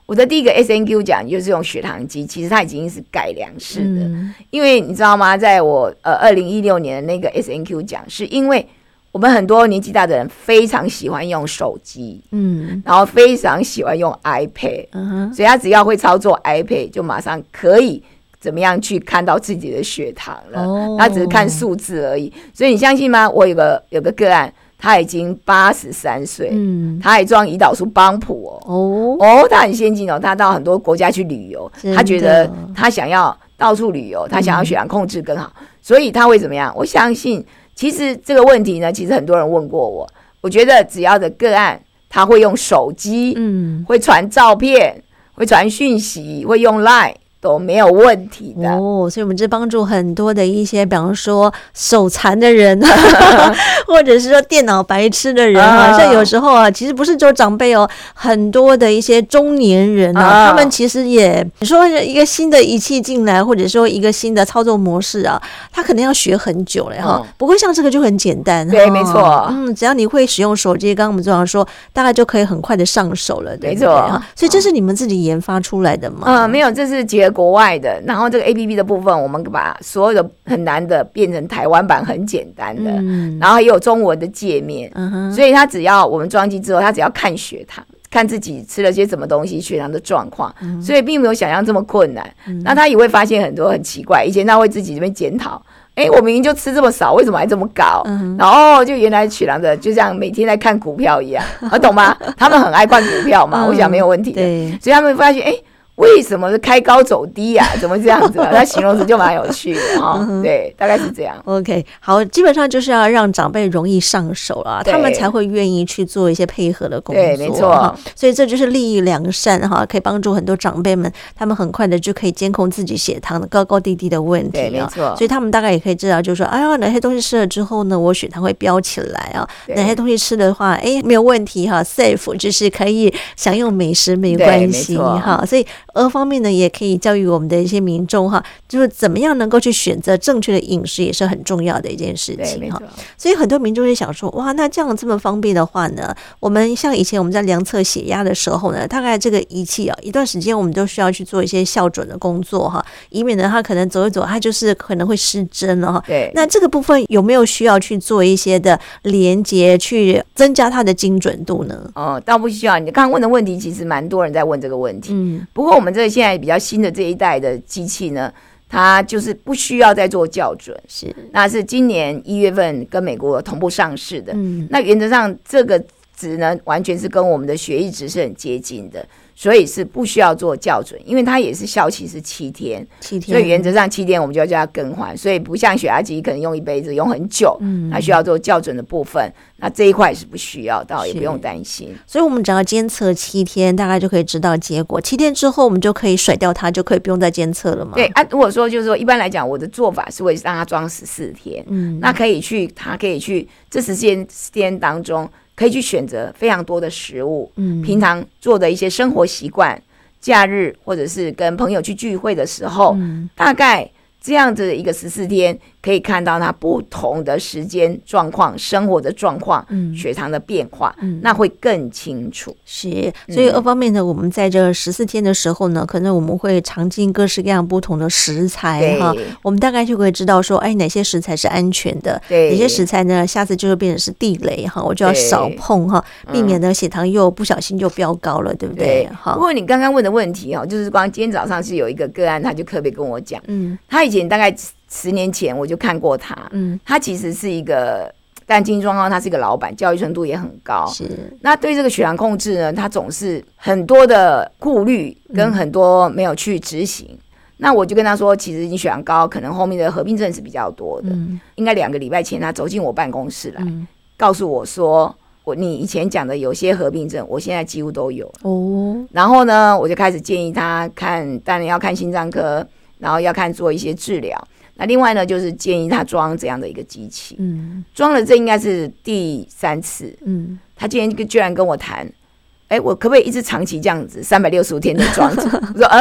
我的第一个 S N Q 奖就是用血糖机，其实它已经是改良式的，嗯、因为你知道吗？在我呃二零一六年的那个 S N Q 奖，是因为我们很多年纪大的人非常喜欢用手机，嗯，然后非常喜欢用 iPad，嗯、所以他只要会操作 iPad， 就马上可以怎么样去看到自己的血糖了，哦、他只是看数字而已。所以你相信吗？我有个有个个案。他已经八十三岁，嗯，他还装胰岛素帮谱哦，哦，哦，他很先进哦，他到很多国家去旅游，他觉得他想要到处旅游，他想要血糖控制更好，嗯、所以他会怎么样？我相信，其实这个问题呢，其实很多人问过我，我觉得只要的个案，他会用手机，嗯，会传照片，会传讯息，会用 Line。都没有问题的哦，所以我们这帮助很多的一些，比方说手残的人，或者是说电脑白痴的人啊，像有时候啊，其实不是只有长辈哦，很多的一些中年人啊，啊他们其实也你说一个新的仪器进来，或者说一个新的操作模式啊，他可能要学很久了哈。嗯、不过像这个就很简单， 对，没错， 嗯，只要你会使用手机，刚刚我们总常说，大概就可以很快的上手了，对不对？ 没错， 所以这是你们自己研发出来的吗？ 嗯，没有，这是结合国外的，然后这个 A P P 的部分，我们把所有的很难的变成台湾版很简单的，嗯、然后也有中文的界面，嗯、所以他只要我们装机之后，他只要看血糖，看自己吃了些什么东西，血糖的状况，嗯、所以并没有想象这么困难。嗯、那他也会发现很多很奇怪，以前他会自己这边检讨。哎，我明明就吃这么少，为什么还这么高？嗯、然后就原来血糖的就像每天在看股票一样，啊，懂吗？他们很爱看股票嘛，嗯、我想没有问题的。所以他们发现，哎。为什么是开高走低啊？怎么这样子啊？他形容词就蛮有趣的哈。对，大概是这样。 OK， 好，基本上就是要让长辈容易上手了，他们才会愿意去做一些配合的工作。 对，没错。 所以这就是利益良善哈，可以帮助很多长辈们，他们很快的就可以监控自己血糖的高高低低的问题啊。 对，没错。 所以他们大概也可以知道，就是说，哎呀，哪些东西吃了之后呢，我血糖会飙起来啊？哪些东西吃的话，哎，没有问题哈 ，safe， 就是可以享用美食没关系哈。所以二方面呢，也可以教育我们的一些民众哈，就是怎么样能够去选择正确的饮食，也是很重要的一件事情哈。所以很多民众就想说，哇，那这样这么方便的话呢，我们像以前我们在量测血压的时候呢，大概这个仪器啊，一段时间我们都需要去做一些校准的工作哈，以免呢它可能走一走，它就是可能会失真了哈。 对， 那这个部分有没有需要去做一些的连接，去增加它的精准度呢？ 哦，倒不需要。你刚刚问的问题，其实蛮多人在问这个问题。嗯，不过我们这个现在比较新的这一代的机器呢，它就是不需要再做校准，是，那是今年一月份跟美国同步上市的。嗯，那原则上这个值呢，完全是跟我们的血液值是很接近的，所以是不需要做校准，因为它也是效期是七天，七天，所以原则上七天我们就要叫它更换，所以不像血压机可能用一辈子用很久，嗯，它需要做校准的部分，那这一块是不需要到，也不用担心。 所以我们只要监测七天，大概就可以知道结果。七天之后，我们就可以甩掉它，就可以不用再监测了嘛。 对啊，如果说就是说，一般来讲，我的做法是会让它装十四天，嗯，那可以去，它可以去这十四天当中。可以去选择非常多的食物，嗯，平常做的一些生活习惯，假日或者是跟朋友去聚会的时候，嗯，大概这样子的一个十四天，可以看到它不同的时间状况、生活的状况、嗯、血糖的变化，嗯，那会更清楚。 是，所以二方面呢，我们在这十四天的时候呢，可能我们会尝尽各式各样不同的食材哈，我们大概就可以知道说，哎，哪些食材是安全的，哪些食材呢，下次就会变成是地雷哈，我就要少碰哈，避免呢血糖又不小心就飙高了，对不对？好， 不过你刚刚问的问题哈，就是光今天早上是有一个个案，他就特别跟我讲，嗯，他以前大概十年前我就看过他，嗯，他其实是一个，但经济状况他是一个老板，教育程度也很高，是。那对这个血糖控制呢，他总是很多的顾虑跟很多没有去执行。嗯，那我就跟他说，其实你血糖高，可能后面的合并症是比较多的。嗯，应该两个礼拜前，他走进我办公室来，嗯，告诉我说，我你以前讲的有些合并症，我现在几乎都有哦。然后呢，我就开始建议他看，当然要看心脏科，然后要看做一些治疗。那另外呢，就是建议他装这样的一个机器。嗯，装了这应该是第三次。嗯，他今天居然跟我谈，哎，我可不可以一直长期这样子三百六十五天的装着？我说，嗯。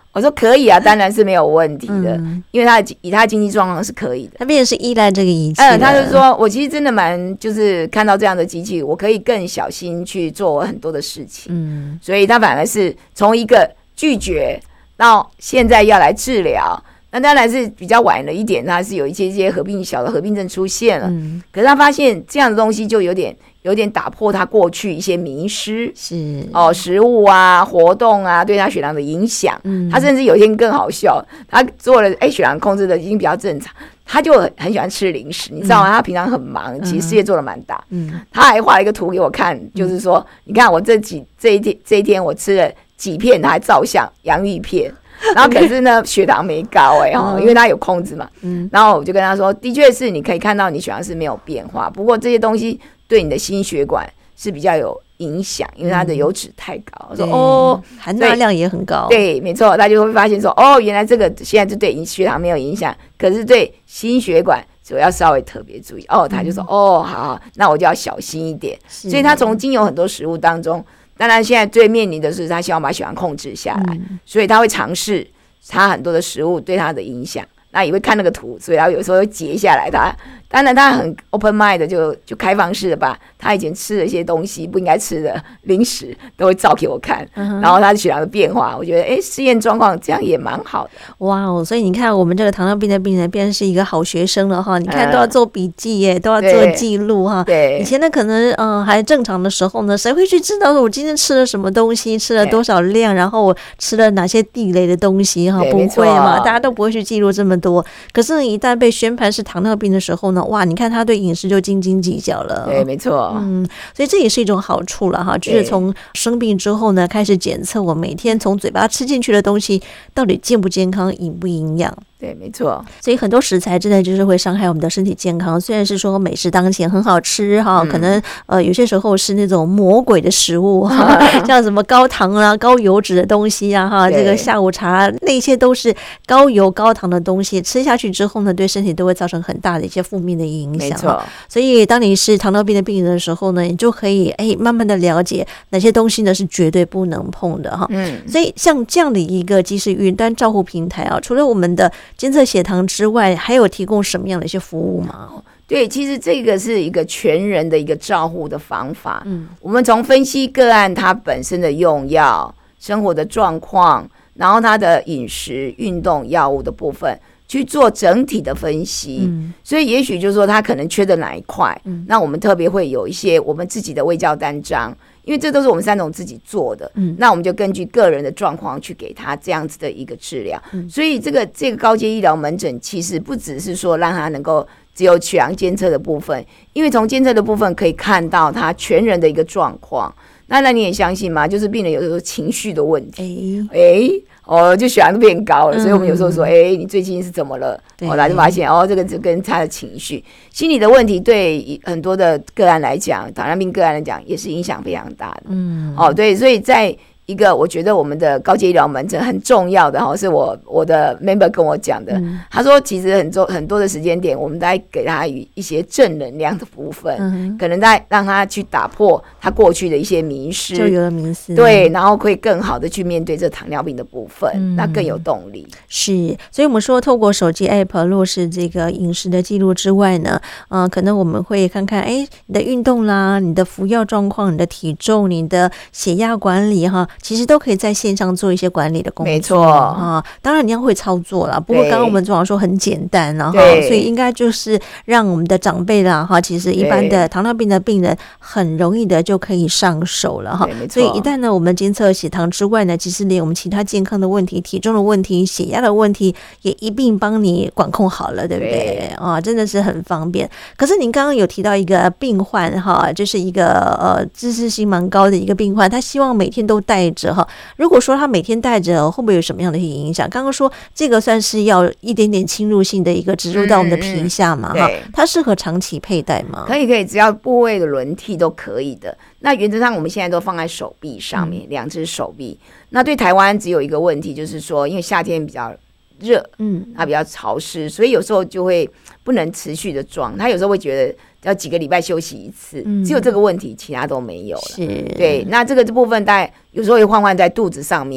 我说可以啊，当然是没有问题的， 嗯、 因为他的以他的经济状况是可以的。 他变成是依赖这个仪器， 嗯，他就说我其实真的蛮就是看到这样的机器，我可以更小心去做我很多的事情。嗯，所以他反而是从一个拒绝到现在要来治疗。那当然是比较晚了一点，他是有一些一些合并小的合并症出现了，嗯，可是他发现这样的东西就有点有点打破他过去一些迷失， 是哦，食物啊、活动啊对他血糖的影响，嗯，他甚至有一天更好笑，他做了哎血糖控制的已经比较正常，他就很喜欢吃零食，你知道吗？嗯、他平常很忙，其实事业做得蛮大，嗯，他还画了一个图给我看，嗯、就是说你看我这几这一天这一天我吃了几片，他还照相洋芋片。然后可是呢，血糖没高哎、欸、哦，因为他有控制嘛。嗯，然后我就跟他说，的确是你可以看到你血糖是没有变化，不过这些东西对你的心血管是比较有影响，因为它的油脂太高。我说哦， 含钠量也很高。 对，没错，他就会发现说，哦，原来这个现在就对血糖没有影响，可是对心血管所以要稍微特别注意。哦，他就说，嗯、哦，好好，那我就要小心一点。所以他从经由很多食物当中。当然，现在最面临的是他希望把血糖控制下来，嗯、所以他会尝试他很多的食物对他的影响。那也会看那个图，所以他有时候会截下来他。当然，他很 open mind 的，就就开放式的把他以前吃的一些东西不应该吃的零食都会照给我看，嗯、然后他的血糖的变化，我觉得哎，试验状况这样也蛮好的。 哇哦！所以你看，我们这个糖尿病的病人变成是一个好学生了哈。你看都要做笔记耶，嗯、都要做记录哈。 对， 以前呢可能嗯、呃、还正常的时候呢，谁会去知道我今天吃了什么东西，吃了多少量，然后我吃了哪些地雷的东西哈？不会嘛，大家都不会去记录这么多。可是一旦被宣判是糖尿病的时候呢，哇，你看他对饮食就斤斤计较了。 对，没错。 嗯，所以这也是一种好处了哈，就是从生病之后呢，开始检测我每天从嘴巴吃进去的东西到底健不健康、营不营养。 对，没错。 所以很多食材真的就是会伤害我们的身体健康。虽然是说美食当前很好吃哈，嗯、可能呃有些时候是那种魔鬼的食物哈，像什么高糖啊、高油脂的东西啊哈，这个下午茶那些都是高油高糖的东西，吃下去之后呢，对身体都会造成很大的一些负面的影响。 没错。 所以当你是糖尿病的病人的时候呢，你就可以哎慢慢的了解哪些东西呢是绝对不能碰的哈。嗯。所以像这样的一个即时云端照护平台啊，除了我们的监测血糖之外，还有提供什么样的一些服务吗？ 对，其实这个是一个全人的一个照护的方法。嗯，我们从分析个案他本身的用药、生活的状况，然后他的饮食、运动、药物的部分，去做整体的分析。嗯，所以也许就是说他可能缺的哪一块，嗯，那我们特别会有一些我们自己的卫教单张。因为这都是我们三总自己做的，嗯，那我们就根据个人的状况去给他这样子的一个治疗。嗯，所以这个这个高阶医疗门诊其实不只是说让他能够只有血糖监测的部分，因为从监测的部分可以看到他全人的一个状况。那那你也相信吗？就是病人有时候情绪的问题，哎、欸。哦，就血糖都变高了，所以我们有时候说，哎、欸，你最近是怎么了？后来就发现，哦，这个就跟他的情绪、心理的问题，对很多的个案来讲，糖尿病个案来讲，也是影响非常大的。嗯，哦，对，所以在一个我觉得我们的高阶医疗门诊很重要的哈，是我我的 member 跟我讲的，嗯、他说其实很多很多的时间点，我们在给他一些正能量的部分，嗯、可能在让他去打破他过去的一些迷失， 就有了迷思， 对，然后可以更好的去面对这糖尿病的部分，嗯、那更有动力。 是，所以我们说透过手机 app 若是这个饮食的记录之外呢，呃，可能我们会看看，哎，你的运动啦，你的服药状况，你的体重，你的血压管理哈。其实都可以在线上做一些管理的工作， 没错啊。当然你要会操作啦，不过刚刚我们总要说很简单，然后所以应该就是让我们的长辈啦哈，其实一般的糖尿病的病人很容易的就可以上手了哈。所以一旦呢我们监测血糖之外呢，其实连我们其他健康的问题、体重的问题、血压的问题也一并帮你管控好了，对不对？对啊，真的是很方便。可是您刚刚有提到一个病患哈，就是一个呃自制性蛮高的一个病患，他希望每天都带着哈。如果说他每天带着，会不会有什么样的一些影响？刚刚说这个算是要一点点侵入性的一个植入到我们的皮下嘛，哈、嗯，它适合长期佩戴吗？ 可以，可以，只要部位的轮替都可以的。那原则上我们现在都放在手臂上面，两、嗯、只手臂。那对台湾只有一个问题，就是说，因为夏天比较热，嗯，它比较潮湿，所以有时候就会不能持续的装。他有时候会觉得要几个礼拜休息一次，嗯、只有这个问题，其他都没有了。是，对。那这个部分大概有时候会换换在肚子上面，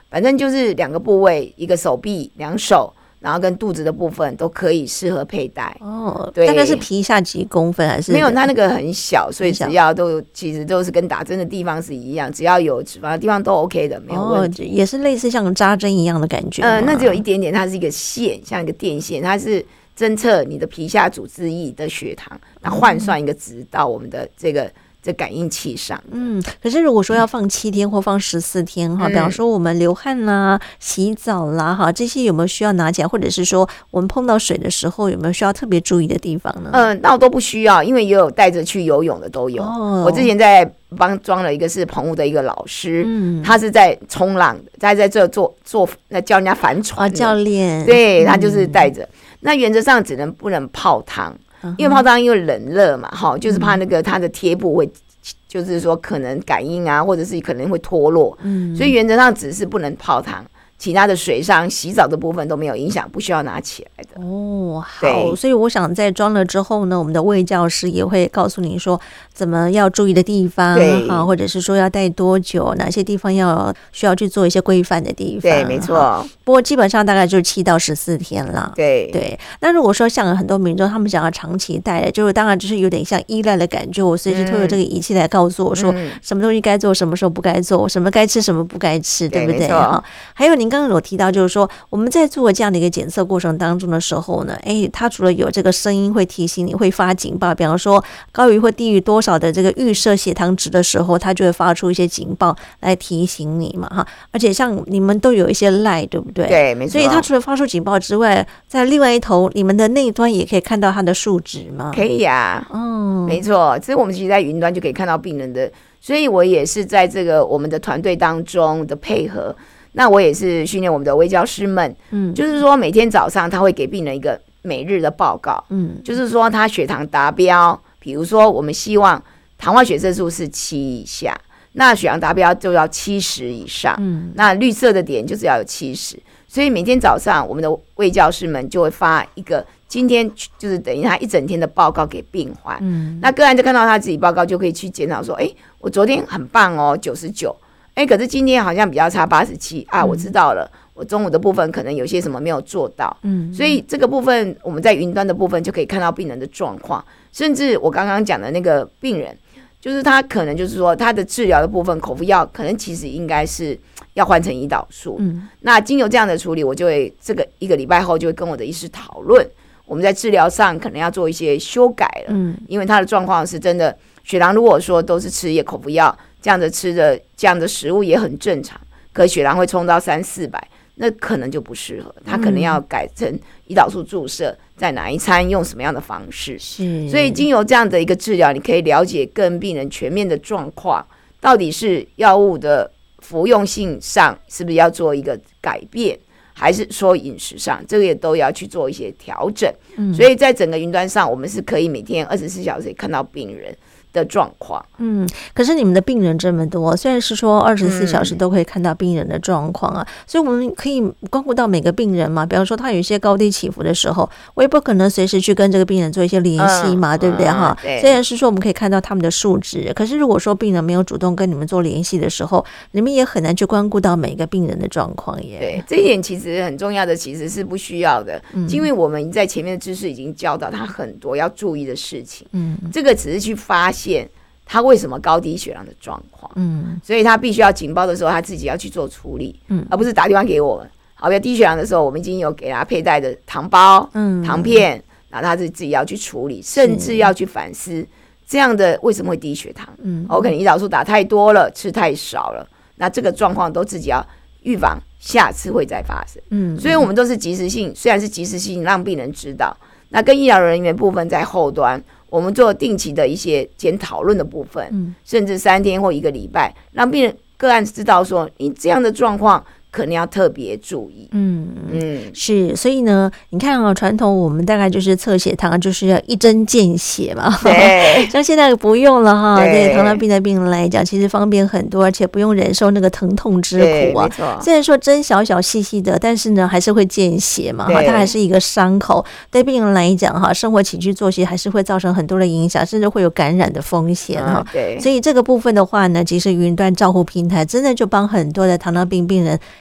反正就是两个部位，一个手臂、两手。然后跟肚子的部分都可以适合佩戴哦， 对， 大概是皮下几公分还是？ 没有，它那个很小，所以只要都其实都是跟打针的地方是一样，只要有脂肪的地方都 OK 的，没有问题。 哦、也是类似像扎针一样的感觉。 呃，那只有一点点，它是一个线，像一个电线，它是侦测你的皮下组织液的血糖，然后换算一个值到我们的这个。这感应器上， 嗯，可是如果说要放七天或放十四天哈、嗯，比方说我们流汗啦、洗澡啦哈，这些有没有需要拿起来，或者是说我们碰到水的时候有没有需要特别注意的地方呢？ 嗯、呃，那都不需要，因为也有带着去游泳的都有。哦、我之前在帮装了一个是澎湖的一个老师，嗯，他是在冲浪的，他在这做做那教人家帆船、哦、 教练， 对他就是带着、嗯。那原则上只能不能泡汤。因为泡汤因为冷热嘛，哈，就是怕那个它的贴布会，就是说可能感应啊，或者是可能会脱落，嗯，所以原则上只是不能泡汤，其他的水上洗澡的部分都没有影响，不需要拿起来的。 哦，好，所以我想在装了之后呢，我们的卫教师也会告诉您说怎么要注意的地方，对，或者是说要戴多久，哪些地方要需要去做一些规范的地方。 对，没错。 不过基本上大概就七到十四天了。 对对。那如果说像很多民众他们想要长期戴的，就是当然就是有点像依赖的感觉，我随时都有这个仪器来告诉我说、嗯、什么东西该做，什么时候不该做，什么该吃，什么不该吃， 对, 对不对？哈。还有您刚刚有提到，就是说我们在做这样的一个检测过程当中的时候呢，哎，它除了有这个声音会提醒你，会发警报，比方说高于或低于多少的这个预设血糖值的时候，它就会发出一些警报来提醒你嘛，哈。而且像你们都有一些 line， 对不对？ 对，没错。 所以它除了发出警报之外，在另外一头，你们的那一端也可以看到它的数值吗？ 可以呀、啊，嗯，没错。这我们其实在云端就可以看到病人的，所以我也是在这个我们的团队当中的配合。那我也是训练我们的卫教师们，嗯，就是说每天早上他会给病人一个每日的报告，嗯，就是说他血糖达标，比如说我们希望糖化血色素是七以下，那血糖达标就要七十以上，嗯，那绿色的点就是要有七十，所以每天早上我们的卫教师们就会发一个今天就是等于他一整天的报告给病患，嗯，那个案就看到他自己报告就可以去检讨说，哎，我昨天很棒哦，九十九。哎，可是今天好像比较差八十七啊！我知道了，我中午的部分可能有些什么没有做到，嗯，所以这个部分我们在云端的部分就可以看到病人的状况，甚至我刚刚讲的那个病人，就是他可能就是说他的治疗的部分口服药可能其实应该是要换成胰岛素，嗯，那经由这样的处理，我就会这个一个礼拜后就会跟我的医师讨论，我们在治疗上可能要做一些修改了，嗯，因为他的状况是真的血糖如果说都是吃一些口服药。这样的吃的这样的食物也很正常，可血糖会冲到三四百，那可能就不适合，他可能要改成胰岛素注射，在哪一餐用什么样的方式。是，所以经由这样的一个治疗，你可以了解跟病人全面的状况，到底是药物的服用性上是不是要做一个改变，还是说饮食上，这个也都要去做一些调整。嗯，所以在整个云端上，我们是可以每天二十四小时看到病人的状况。 嗯，可是你们的病人这么多，虽然是说二十四小时都可以看到病人的状况啊、嗯，所以我们可以关顾到每个病人嘛。比方说他有一些高低起伏的时候，我也不可能随时去跟这个病人做一些联系嘛，嗯、对不对哈、嗯？虽然是说我们可以看到他们的数值，可是如果说病人没有主动跟你们做联系的时候，你们也很难去关顾到每个病人的状况耶。 对，这一点其实很重要的，其实是不需要的，嗯、因为我们在前面的知识已经教导他很多要注意的事情。嗯，这个只是去发现他为什么高低血糖的状况，嗯，所以他必须要警报的时候，他自己要去做处理，嗯，而不是打电话给我们。好，比如低血糖的时候，我们已经有给他佩戴的糖包、嗯、糖片，然后他自己要去处理，甚至要去反思这样的为什么会低血糖，嗯，我可能胰岛素打太多了，吃太少了，那这个状况都自己要预防，下次会再发生，嗯，所以我们都是及时性，虽然是及时性，让病人知道，那跟医疗人员部分在后端。我们做定期的一些检讨论的部分、嗯、甚至三天或一个礼拜，让病人个案知道说你这样的状况可能要特别注意。嗯嗯，是，所以呢，你看啊，传统我们大概就是测血糖，就是要一针见血嘛。 对， 像现在不用了哈。对，糖尿病的病人来讲，其实方便很多，而且不用忍受那个疼痛之苦啊。虽然说针小小细细的，但是呢，还是会见血嘛。哈，它还是一个伤口，对病人来讲哈，生活起居作息还是会造成很多的影响，甚至会有感染的风险哈、嗯。对，所以这个部分的话呢，其实云端照护平台真的就帮很多的糖尿病病人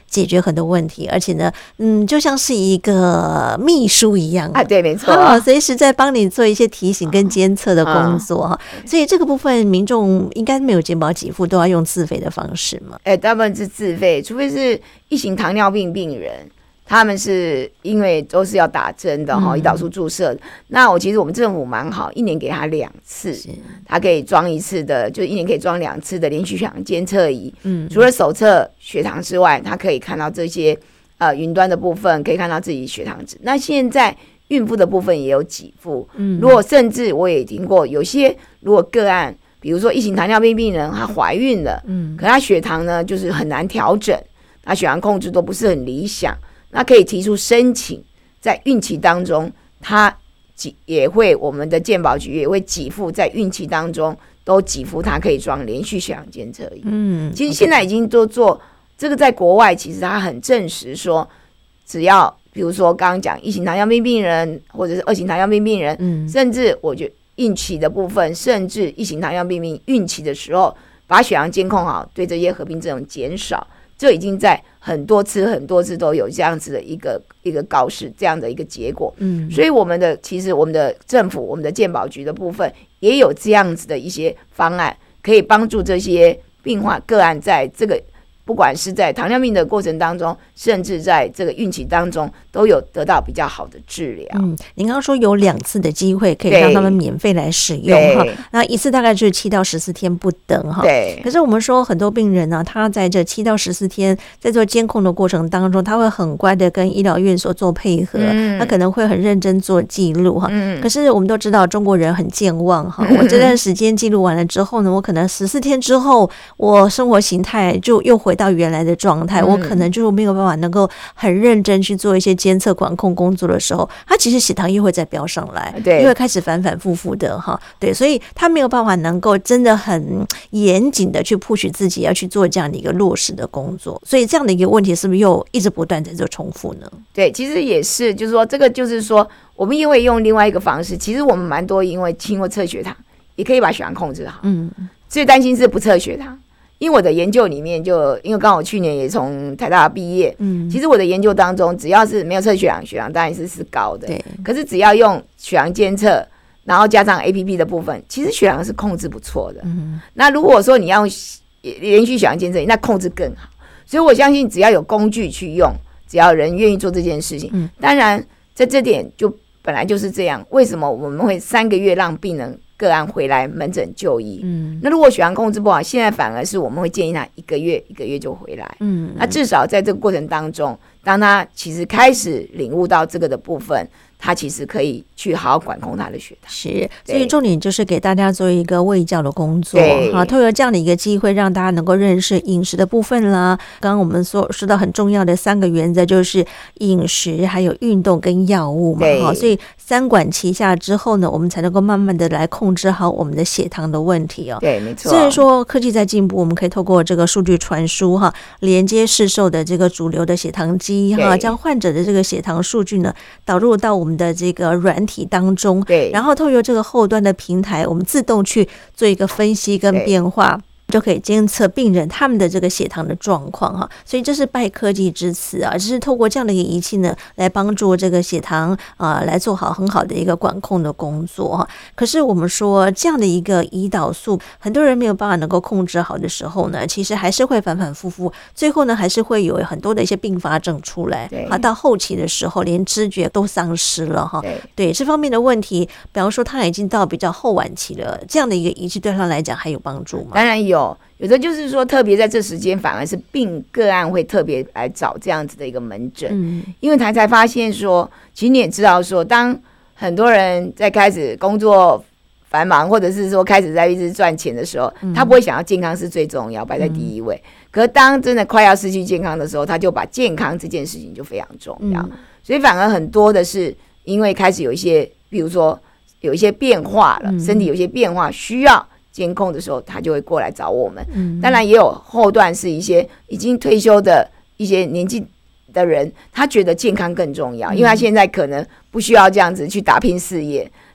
解决很多问题，而且呢，嗯，就像是一个秘书一样啊，对，没错， 啊，随时在帮你做一些提醒跟监测的工作哈、啊啊。所以这个部分民众应该没有健保给付，都要用自费的方式嘛？ 哎、欸，大部分是自费，除非是一型糖尿病病人。他们是因为都是要打针的哈，胰岛素注射的。那我其实我们政府蛮好，一年给他两次，他可以装一次的，就一年可以装两次的连续血糖监测仪。嗯，除了手测血糖之外，他可以看到这些呃云端的部分，可以看到自己血糖值。那现在孕妇的部分也有给付。嗯，如果甚至我也听过有些如果个案，比如说一型糖尿病病人她怀孕了，嗯，可她血糖呢就是很难调整，她血糖控制都不是很理想。那可以提出申请，在孕期当中，他也会我们的健保局也会给付，在孕期当中都给付他可以装连续血糖监测仪。嗯，其实现在已经都做这个，在国外其实他很证实说，只要比如说刚刚讲一型糖尿病病人或者是二型糖尿病病人，嗯，甚至我觉得孕期的部分，甚至一型糖尿病病孕期的时候，把血糖监控好，对这些合并症减少。这已经在很多次很多次都有这样子的一个一个告示，这样的一个结果。嗯，所以我们的其实我们的政府我们的健保局的部分也有这样子的一些方案，可以帮助这些病患个案在这个不管是在糖尿病的过程当中，甚至在这个孕期当中，都有得到比较好的治疗。 嗯，您刚刚说有两次的机会可以让他们免费来使用哈，那一次大概就是七到十四天不等哈。对。可是我们说很多病人呢、啊，他在这七到十四天在做监控的过程当中，他会很乖的跟医疗院所做配合，嗯、他可能会很认真做记录哈。嗯。可是我们都知道中国人很健忘哈，我这段时间记录完了之后呢，我可能十四天之后，我生活形态就又回到原来的状态，我可能就没有办法能够很认真去做一些监测管控工作的时候，他其实血糖又会再飙上来，对，又会开始反反复复的哈，对，所以他没有办法能够真的很严谨的去 push 自己要去做这样的一个落实的工作，所以这样的一个问题是不是又一直不断在做重复呢？ 对，其实也是，就是说这个就是说，我们因为用另外一个方式，其实我们蛮多因为经过测血糖，也可以把血糖控制好，嗯，最担心是不测血糖。因为我的研究里面就，因为刚好去年也从台大毕业，嗯，其实我的研究当中，只要是没有测血糖，血糖当然是是高的，对。可是只要用血糖监测，然后加上 A P P 的部分，其实血糖是控制不错的。嗯，那如果说你要用连续血糖监测，那控制更好。所以我相信，只要有工具去用，只要人愿意做这件事情，嗯，当然在这点就本来就是这样。为什么我们会三个月让病人个案回来门诊就医？嗯，那如果血糖控制不好，现在反而是我们会建议他一个月一个月就回来。嗯，那至少在这个过程当中，当他其实开始领悟到这个的部分，他其实可以去好好管控他的血糖。 是，所以重点就是给大家做一个卫教的工作，好，透过这样的一个机会，让大家能够认识饮食的部分啦。刚刚我们说说到很重要的三个原则，就是饮食、还有运动跟药物嘛，好，所以三管齐下之后呢，我们才能够慢慢的来控制好我们的血糖的问题哦。 对，没错。 虽然说科技在进步，我们可以透过这个数据传输哈，连接市售的这个主流的血糖机哈，将患者的这个血糖数据呢导入到我们的这个软体当中，对，然后透过这个后端的平台，我们自动去做一个分析跟变化，就可以监测病人他们的这个血糖的状况哈，所以这是拜科技之赐啊，就是透过这样的一个仪器呢，来帮助这个血糖啊、呃、来做好很好的一个管控的工作哈。可是我们说这样的一个胰岛素，很多人没有办法能够控制好的时候呢，其实还是会反反复复，最后呢还是会有很多的一些并发症出来啊。到后期的时候，连知觉都丧失了哈。对这方面的问题，比方说他已经到比较后晚期了，这样的一个仪器对他来讲还有帮助吗？ 当然有。有的就是说，特别在这时间，反而是病个案会特别来找这样子的一个门诊，嗯，因为他才发现说，其实你也知道说，当很多人在开始工作繁忙，或者是说开始在一直赚钱的时候，他不会想要健康是最重要，摆在第一位。嗯、可是当真的快要失去健康的时候，他就把健康这件事情就非常重要，嗯、所以反而很多的是因为开始有一些，比如说有一些变化了，嗯、身体有一些变化需要监控的时候，他就会过来找我们。嗯、当然也有后段是一些已经退休的一些年纪的人，他觉得健康更重要，嗯、因为他现在可能不需要这样子去打拼事业，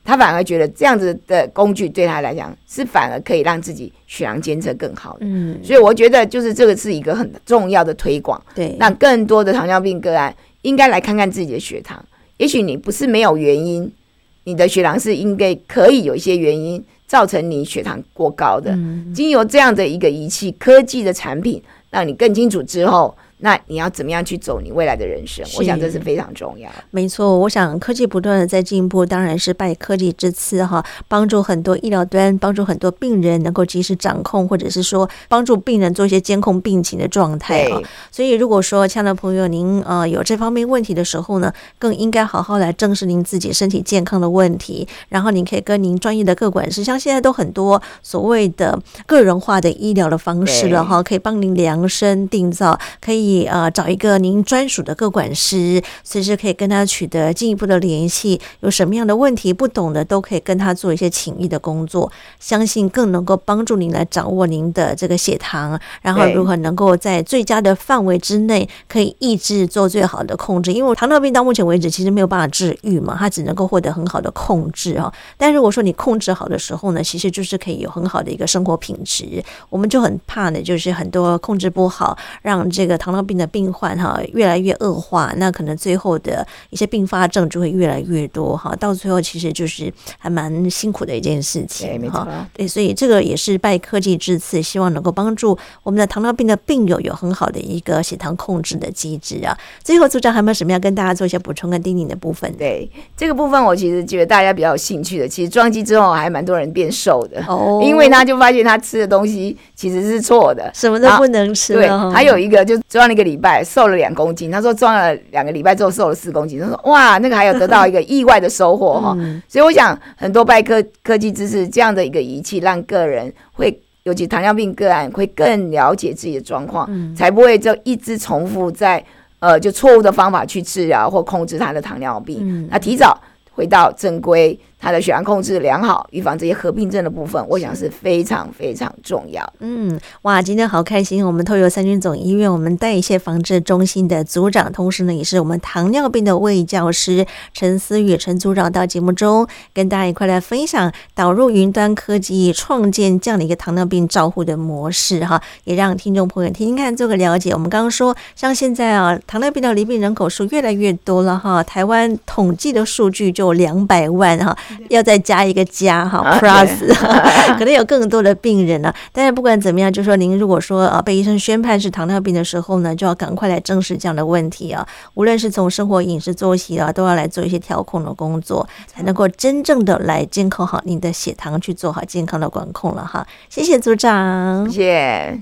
他反而觉得这样子的工具对他来讲是反而可以让自己血糖监测更好的。嗯，所以我觉得就是这个是一个很重要的推广，对，让更多的糖尿病个案应该来看看自己的血糖。也许你不是没有原因，你的血糖是应该可以有一些原因造成你血糖过高的。嗯，经由这样的一个仪器科技的产品，让你更清楚之后，那你要怎么样去走你未来的人生？我想这是非常重要。 没错，我想科技不断的在进步，当然是拜科技之赐哈，帮助很多医疗端，帮助很多病人能够及时掌控，或者是说帮助病人做一些监控病情的状态哈。所以如果说亲爱的朋友您呃有这方面问题的时候呢，更应该好好来正视您自己身体健康的问题，然后您可以跟您专业的个管师，像现在都很多所谓的个人化的医疗的方式了哈，可以帮您量身定造，可以呃找一个您专属的个管师，随时可以跟他取得进一步的联系，有什么样的问题不懂的都可以跟他做一些请益的工作，相信更能够帮助您来掌握您的这个血糖，然后如何能够在最佳的范围之内可以抑制做最好的控制。因为糖尿病到目前为止其实没有办法治愈嘛，它只能够获得很好的控制哈。但如果说你控制好的时候呢，其实就是可以有很好的一个生活品质。我们就很怕的就是很多控制不好，让这个糖尿病的病患哈越来越恶化，那可能最后的一些并发症就会越来越多哈，到最后其实就是还蛮辛苦的一件事情哈。对，所以这个也是拜科技之赐，希望能够帮助我们的糖尿病的病友有很好的一个血糖控制的机制啊。最后组长还有没有什么要跟大家做一些补充跟叮咛的部分？ 对，这个部分我其实觉得大家比较有兴趣的，其实装机之后还蛮多人变瘦的哦，因为他就发现他吃的东西其实是错的， 什么都不能吃。 对，还有一个就装了一个礼拜瘦了两公斤，他说装了两个礼拜之后瘦了四公斤，他说哇，那个还有得到一个意外的收获哈、嗯。所以我想很多拜科科技知识这样的一个仪器，让个人会，尤其糖尿病个案会更了解自己的状况、嗯，才不会就一直重复在呃就错误的方法去治疗或控制他的糖尿病，嗯、那提早回到正规，他的血糖控制良好，预防这些合并症的部分，我想是非常非常重要。 嗯，哇，今天好开心！我们透由三军总医院我们代谢防治中心的组长，同时呢也是我们糖尿病的卫教师陈思宇陈组长到节目中跟大家一块来分享导入云端科技，创建这样的一个糖尿病照护的模式哈，也让听众朋友听听看，做个了解。我们刚刚说，像现在啊，糖尿病的罹病人口数越来越多了哈，台湾统计的数据就两百万哈。要再加一个加哈 plus， 可能有更多的病人了。但是不管怎么样，就说您如果说呃被医生宣判是糖尿病的时候呢，就要赶快来正视这样的问题啊。无论是从生活饮食作息啊，都要来做一些调控的工作，才能够真正的来监控好您的血糖，去做好健康的管控了哈。谢谢组长， 谢谢。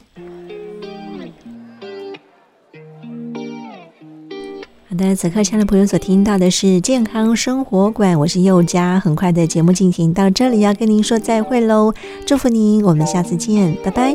好的，此刻亲爱的朋友所听到的是健康生活馆，我是佑佳。很快的节目进行到这里，要跟您说再会喽，祝福您，我们下次见，拜拜。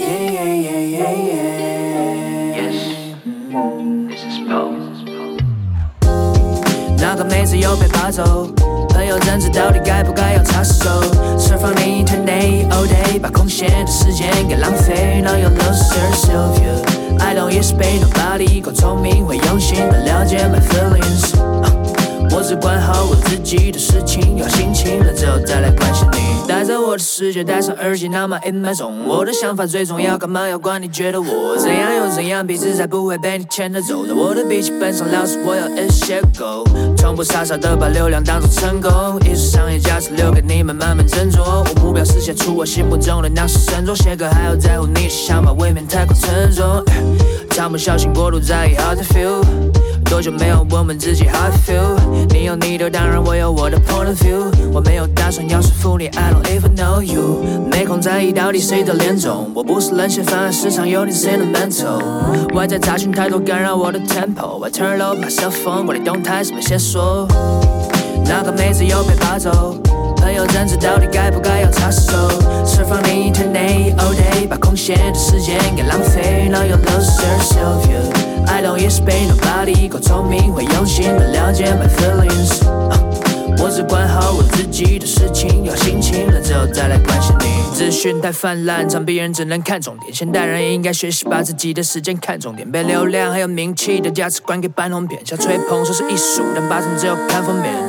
那个妹子又被拔走，朋友争执到底该不该要插手，释放你 internet all day， 把空闲的时间给浪费。Now you lose yourself, yeah. I don't expect nobody 够聪明会用心的了解 my feelings、uh, 我只管好我自己的事情，有心情了之后再来关心你。带着我的世界，戴上耳机，那么 in my zone， 我的想法最重要，干嘛要管你觉得我怎样又怎样，彼此才不会被你牵着走。在我的笔记本上老师我要一些狗，从不傻傻的把流量当作成功，艺术商业价值留给你们慢慢斟酌。我目标是写出我心目中的那是神作，写歌还要在乎你的想法，未免太过沉重。常不小心过度在意 how to feel， 多久没有问问自己 how to feel， 你有你的，当然我有我的 point of view， 我没有打算要说服你 I don't even know you， 没空在意到底谁的脸肿，我不是冷血，反而时常有点 sentimental， 外在杂讯太多干扰我的 tempo， I turn off my cell phone， 管你动态什么先说。那个妹子又被拔走，朋友争执到底该不该要插手，释放你 internet all day， 把空闲的时间给浪费。Now you lose yourself, yeah. I don't expect nobody 够聪明会用心的了解 my feelings、uh, 我只管好我自己的事情，有心情了之后再来关心你。资讯太泛滥，常逼人只能看重点，现代人也应该学习把自己的时间看重点，被流量还有名气的价值观给搬红遍，想吹捧说是艺术，但八成只有看封面。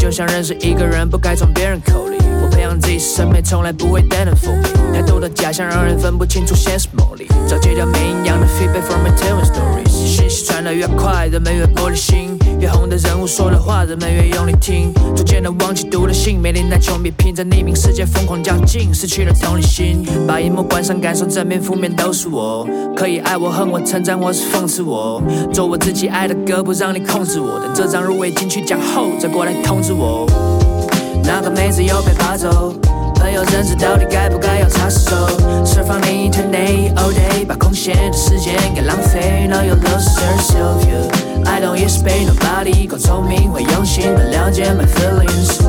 就像认识一个人不该从别人口里。我培养自己审美，从来不会单人风靡，太多的假象让人分不清楚现实梦里。找戒掉没营养的 feedback from my telling stories， 信息传得越快，人们越玻璃心，越红的人物说的话，人们越用力听，逐渐的忘记读的信，没脸在穷比拼，在匿名世界疯狂较劲，失去了同理心。把荧幕关上，感受正面负面都是我，可以爱我恨我称赞我是讽刺我，做我自己爱的歌，不让你控制我，等这张入围金曲奖后再过来通知我。那个妹子又被拔走，朋友争执到底该不该要插手，释放你体内 all day， 把空闲的时间给浪费。Now you lost yourself, yeah. I don't expect nobody 够聪明会用心的了解 my feelings。